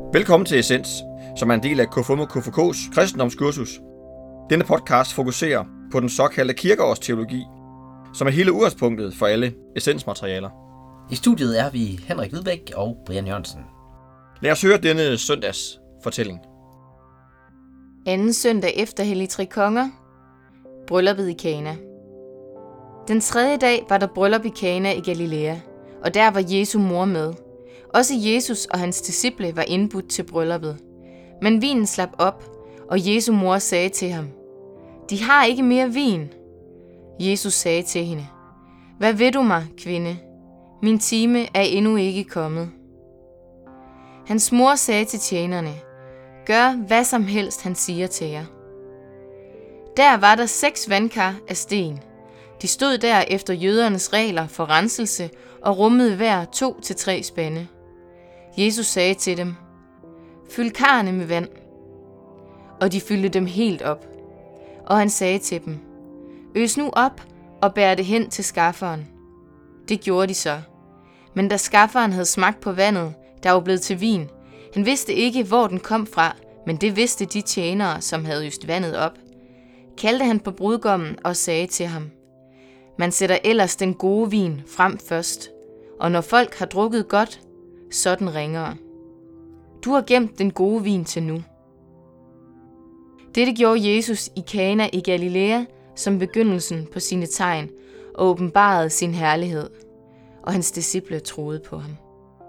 Velkommen til Essens, som er en del af KFUM og KFK's kristendomskursus. Denne podcast fokuserer på den såkaldte kirkeårsteologi, som er hele udgangspunktet for alle essensmaterialer. I studiet er vi Henrik Hvidbæk og Brian Jørgensen. Lad os høre denne søndags fortælling. Anden søndag efter Hellig Tre Konger. Brylluppet i Kana. Den tredje dag var der bryllup i Kana i Galilea, og der var Jesu mor med. Også Jesus og hans disciple var indbudt til brylluppet. Men vinen slap op, og Jesu mor sagde til ham: "De har ikke mere vin." Jesus sagde til hende: "Hvad vil du mig, kvinde? Min time er endnu ikke kommet." Hans mor sagde til tjenerne: "Gør hvad som helst, han siger til jer." Der var der 6 vandkar af sten. De stod der efter jødernes regler for renselse og rummede hver 2 til 3 spande. Jesus sagde til dem: "Fyld karrene med vand." Og de fyldte dem helt op. Og han sagde til dem: "Øs nu op og bær det hen til skafferen." Det gjorde de så. Men da skafferen havde smagt på vandet, der var blevet til vin, han vidste ikke, hvor den kom fra, men det vidste de tjenere, som havde øst vandet op, kaldte han på brudgommen og sagde til ham: "Man sætter ellers den gode vin frem først, og når folk har drukket godt, så den ringere. Du har gemt den gode vin til nu." Dette gjorde Jesus i Kana i Galilea som begyndelsen på sine tegn og åbenbarede sin herlighed, og hans disciple troede på ham.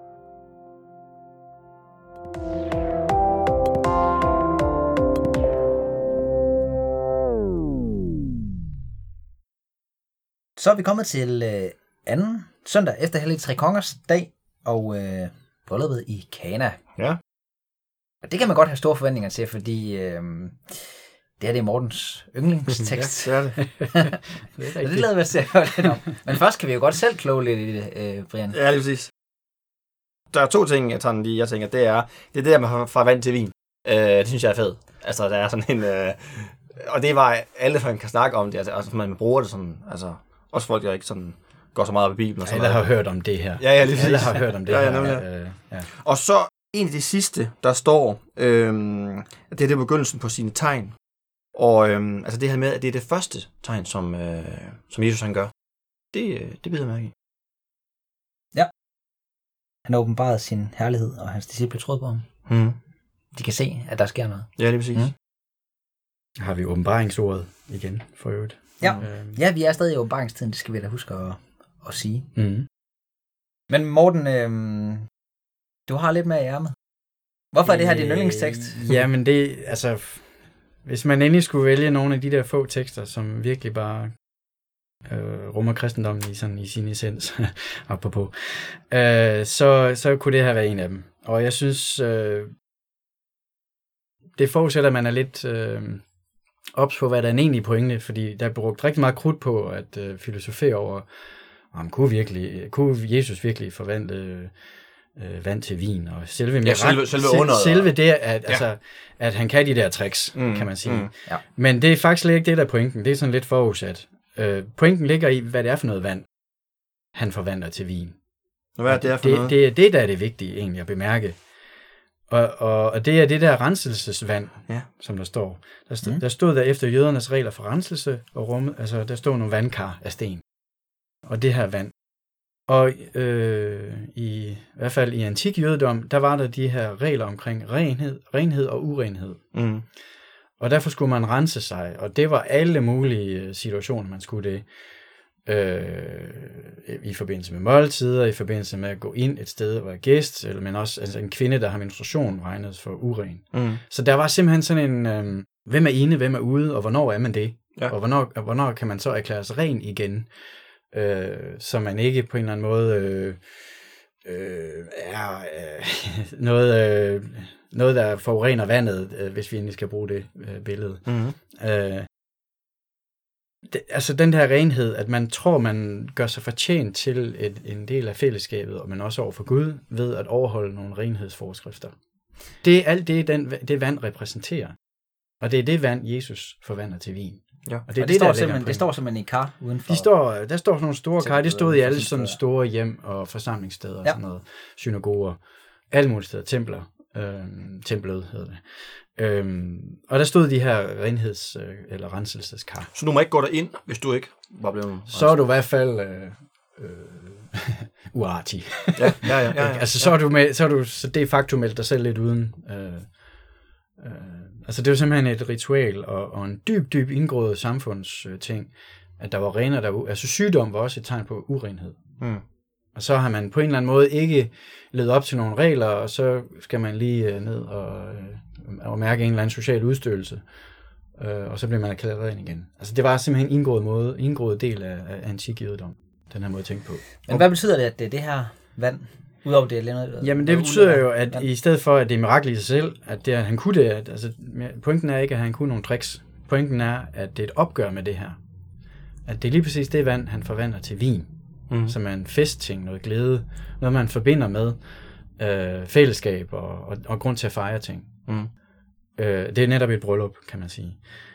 Så er vi kommet til anden søndag efter Hellig Tre Kongers dag og brylluppet i Kana. Ja. Og det kan man godt have store forventninger til, fordi det er Mortens yndlingstekst. Ja, det er det. Det glæder vi os til at høre lidt om. Men først kan vi jo godt selv kloge lidt i det, Brian. Ja, lige præcis. Der er 2 ting, jeg tænker, det er det der med fra vand til vin. Det synes jeg er fedt. Altså, der er sådan en... og det var alle, man kan snakke om det. Altså, man bruger det sådan... Altså, også folk, der ikke sådan går så meget op i Bibelen. Og sådan Alle har hørt om det her. Ja, lige præcis. Alle har hørt om det her. Ja. Og så en af de sidste, der står, det er det begyndelsen på sine tegn. Og altså det her med, at det er det første tegn, som Jesus han gør. Det bider jeg mærke i. Ja. Han har åbenbaret sin herlighed, og hans disciple troede på ham. Mm. De kan se, at der sker noget. Ja, lige præcis. Har vi åbenbaringsordet igen for øvrigt. Ja. Ja, vi er stadig i åbenbaringstiden, det skal vi da huske at sige. Mm. Men Morten, du har lidt mere i ærmet. Hvorfor er det her din yndlingstekst? Jamen det, altså, hvis man endelig skulle vælge nogle af de der få tekster, som virkelig bare rummer kristendommen i sin essens, apropos, så kunne det her være en af dem. Og jeg synes, det forudsætter, at man er lidt ops på, hvad der er en egentlig pointe, fordi der er brugt rigtig meget krudt på at filosofere over, om kunne Jesus virkelig forvandle vand til vin, og selve det, at han kan de der tricks, kan man sige. Ja. Men det er faktisk ikke det, der er pointen. Det er sådan lidt forudsat. Pointen ligger i, hvad det er for noget vand, han forvandler til vin. Og hvad er det for noget? Det der er det vigtige egentlig at bemærke. Og det er det der renselsesvand, som der står. Der stod der efter jødernes regler for renselse og rummet, altså der stod nogle vandkar af sten. Og det her vand. Og i hvert fald i antik jødedom, der var der de her regler omkring renhed og urenhed. Mm. Og derfor skulle man rense sig, og det var alle mulige situationer, man skulle det. I forbindelse med måltider, i forbindelse med at gå ind et sted og være gæst, men også altså en kvinde, der har menstruation, regnes for uren. Mm. Så der var simpelthen sådan en, hvem er inde, hvem er ude, og hvornår er man det? Ja. Og hvornår kan man så erklære sig ren igen, så man ikke på en eller anden måde er noget, der forurener vandet, hvis vi endelig skal bruge det billede. Mm. Altså den her renhed, at man tror, man gør sig fortjent til en del af fællesskabet, og man også over for Gud, ved at overholde nogle renhedsforskrifter. Det er alt det vand repræsenterer. Og det er det vand, Jesus forvandler til vin. Ja. Og det står simpelthen i kar udenfor. Der står sådan nogle store kar. Det stod i alle sådan store hjem og forsamlingssteder, sådan noget, synagoger, alle mulige steder, templer. templet hed det. Og der stod de her eller renselseskar. Så du må ikke gå derind, hvis du ikke var blevet... Så er du i hvert fald uartig. Ja. Altså så er du så de facto meldt dig selv lidt uden. Altså det er jo simpelthen et ritual og en dyb indgroet samfundsting, at der var rener, altså sygdom var også et tegn på urenhed. Og så har man på en eller anden måde ikke levet op til nogle regler, og så skal man lige ned og mærke en eller anden social udstødelse, og så bliver man erklæret ren igen. Altså det var simpelthen en indgroet del af antik jødedom, den her måde at tænke på. Men hvad betyder det, at det er det her vand, udover det eller Jamen det betyder jo, at i stedet for, at det er mirakel i sig selv, at det, at han kunne det, altså pointen er ikke, at han kunne nogle tricks. Pointen er, at det er et opgør med det her. At det er lige præcis det vand, han forvandler til vin, som er en festting, noget glæde, noget man forbinder med fællesskab og grund til at fejre ting. Det er netop et bryllup, kan man sige.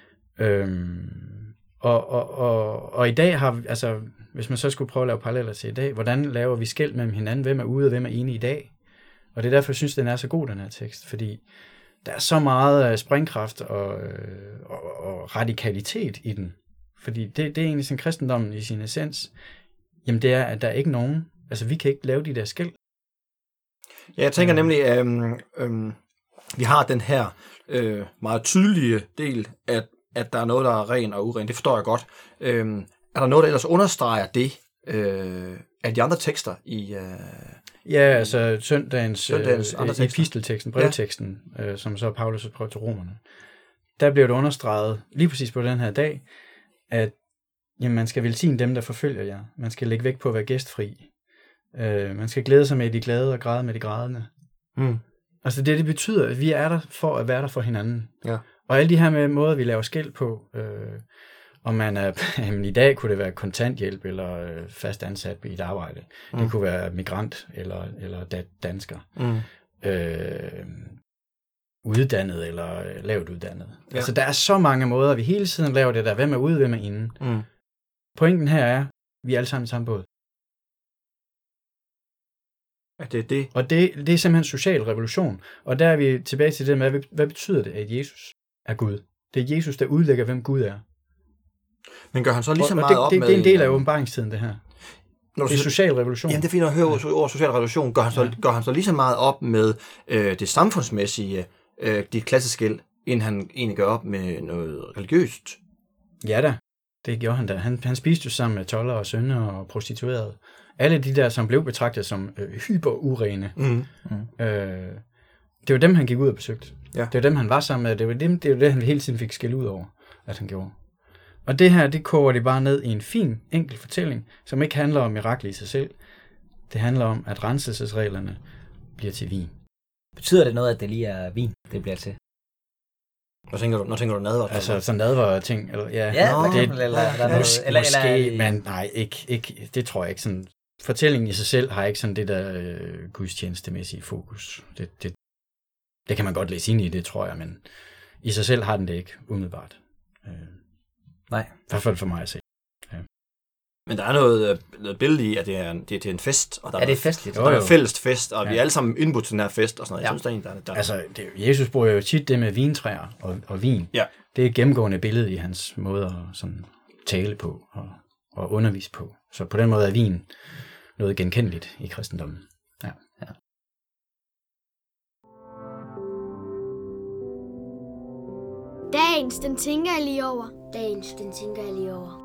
Og i dag har vi, altså hvis man så skulle prøve at lave paralleller til i dag, hvordan laver vi skel mellem hinanden, hvem er ude og hvem er inde i dag? Og det er derfor, jeg synes, den er så god, den her tekst, fordi der er så meget springkraft og radikalitet i den. Fordi det er egentlig sådan kristendommen i sin essens. Jamen det er, at der er ikke nogen, altså vi kan ikke lave de der skel. Ja, jeg tænker nemlig, vi har den her meget tydelige del, at der er noget, der er ren og uren. Det forstår jeg godt. Er der noget, der ellers understreger det af de andre tekster i... Ja, altså søndagens epistelteksten, brevteksten, som så er Paulus' brev til romerne. Der bliver det understreget, lige præcis på den her dag, at jamen, man skal velsigne dem, der forfølger jer. Man skal lægge vægt på at være gæstfri. Man skal glæde sig med de glade og græde med de grædende. Altså det betyder, at vi er der for at være der for hinanden. Ja. Og alle de her med måder, vi laver skel på, om man er, jamen, i dag kunne det være kontanthjælp eller fast ansat i et arbejde. Det kunne være migrant eller dansker. Uddannet eller lavt uddannet. Ja. Altså der er så mange måder, vi hele tiden laver det der, hvem er ude, hvem er inde. Pointen her er, vi er alle sammen i samme båd. At det er det. Og det er simpelthen social revolution. Og der er vi tilbage til det med, hvad betyder det, at Jesus er Gud? Det er Jesus, der udlægger, hvem Gud er. Men gør han så lige så meget op med... Det er en del af åbenbaringstiden, det her. Det er social revolution. Jamen det er fint at høre over social revolution. Gør han så lige så meget op med det samfundsmæssige, de klasseskel, inden han egentlig gør op med noget religiøst? Ja da, det gjorde han da. Han spiste jo sammen med toldere og syndere og prostituerede. Alle de der, som blev betragtet som hyperurene. Det var dem, han gik ud og besøgte. Ja. Det var dem, han var sammen med. Det var det, han hele tiden fik skæld ud over, at han gjorde. Og det her, det koger de bare ned i en fin, enkel fortælling, som ikke handler om mirakler i sig selv. Det handler om, at renselsesreglerne bliver til vin. Betyder det noget, at det lige er vin, det bliver til? Når tænker du nadver? Altså, så nadver-ting? Eller, ja, måske, men nej, ikke, det tror jeg ikke. Sådan, fortællingen i sig selv har ikke sådan det der gudstjenestemæssige fokus. Det kan man godt læse ind i, det tror jeg, men i sig selv har den det ikke umiddelbart. Nej. I hvert fald for mig at se. Ja. Men der er noget billede i, at det er til en fest. Og der det er festligt. Der er en fælles fest, og vi er alle sammen indbudt til den her fest. Og sådan noget. Jeg synes, der er Altså, Jesus bruger jo tit det med vintræer og vin. Ja. Det er et gennemgående billede i hans måde at sådan tale på og undervise på. Så på den måde er vin noget genkendeligt i kristendommen. Ja. Dagens, den tænker jeg lige over. Dagens, den tænker jeg lige over.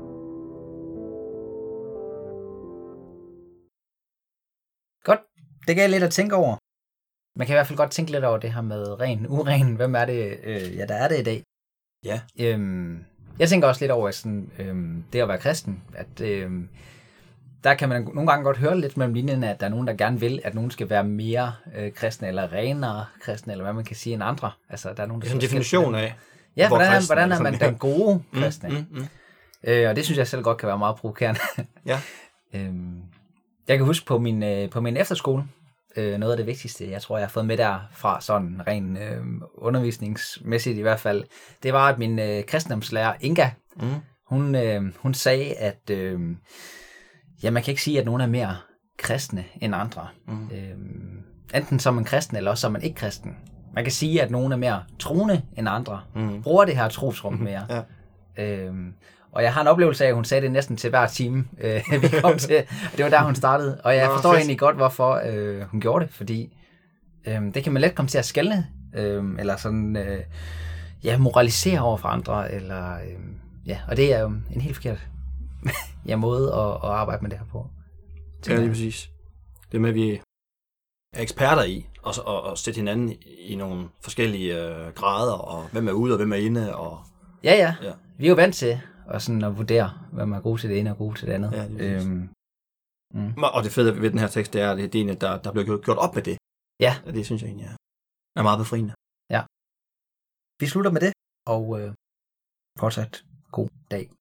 Godt. Det gav jeg lidt at tænke over. Man kan i hvert fald godt tænke lidt over det her med ren, uren. Hvem er det, der er det i dag? Ja. Jeg tænker også lidt over sådan, det at være kristen. At der kan man nogle gange godt høre lidt mellem linjerne, at der er nogen, der gerne vil, at nogen skal være mere kristne, eller renere kristne, eller hvad man kan sige, end andre. Altså, der er nogen, der det er en definition af, ja, hvordan er man den gode kristne? Og det synes jeg selv godt kan være meget provokerende. Ja. Jeg kan huske på min efterskole, noget af det vigtigste, jeg tror, jeg har fået med derfra, sådan ren undervisningsmæssigt i hvert fald, det var, at min kristendomslærer Inga, hun sagde, at man kan ikke sige, at nogen er mere kristne end andre. enten som en kristen, eller også som en ikke-kristen. Man kan sige, at nogen er mere troende end andre, bruger det her trosrum mere. Ja. Og jeg har en oplevelse af, at hun sagde det næsten til hver time, vi kom til. Det var der, hun startede. Og jeg forstår egentlig godt, hvorfor hun gjorde det, fordi det kan man let komme til at skelne, eller sådan, moralisere over for andre, eller, og det er jo en helt forkert måde at arbejde med det her på. Ja, lige præcis. Det med, at vi er eksperter i at sætte hinanden i nogle forskellige grader, og hvem er ude, og hvem er inde. Og... Ja. Vi er jo vant til at vurdere, hvem er god til det ene og god til det andet. Ja, Og det fede ved den her tekst, det er, at det er en, der bliver gjort op med det. Ja. Og det synes jeg egentlig er meget befriende. Ja. Vi slutter med det, og fortsat god dag.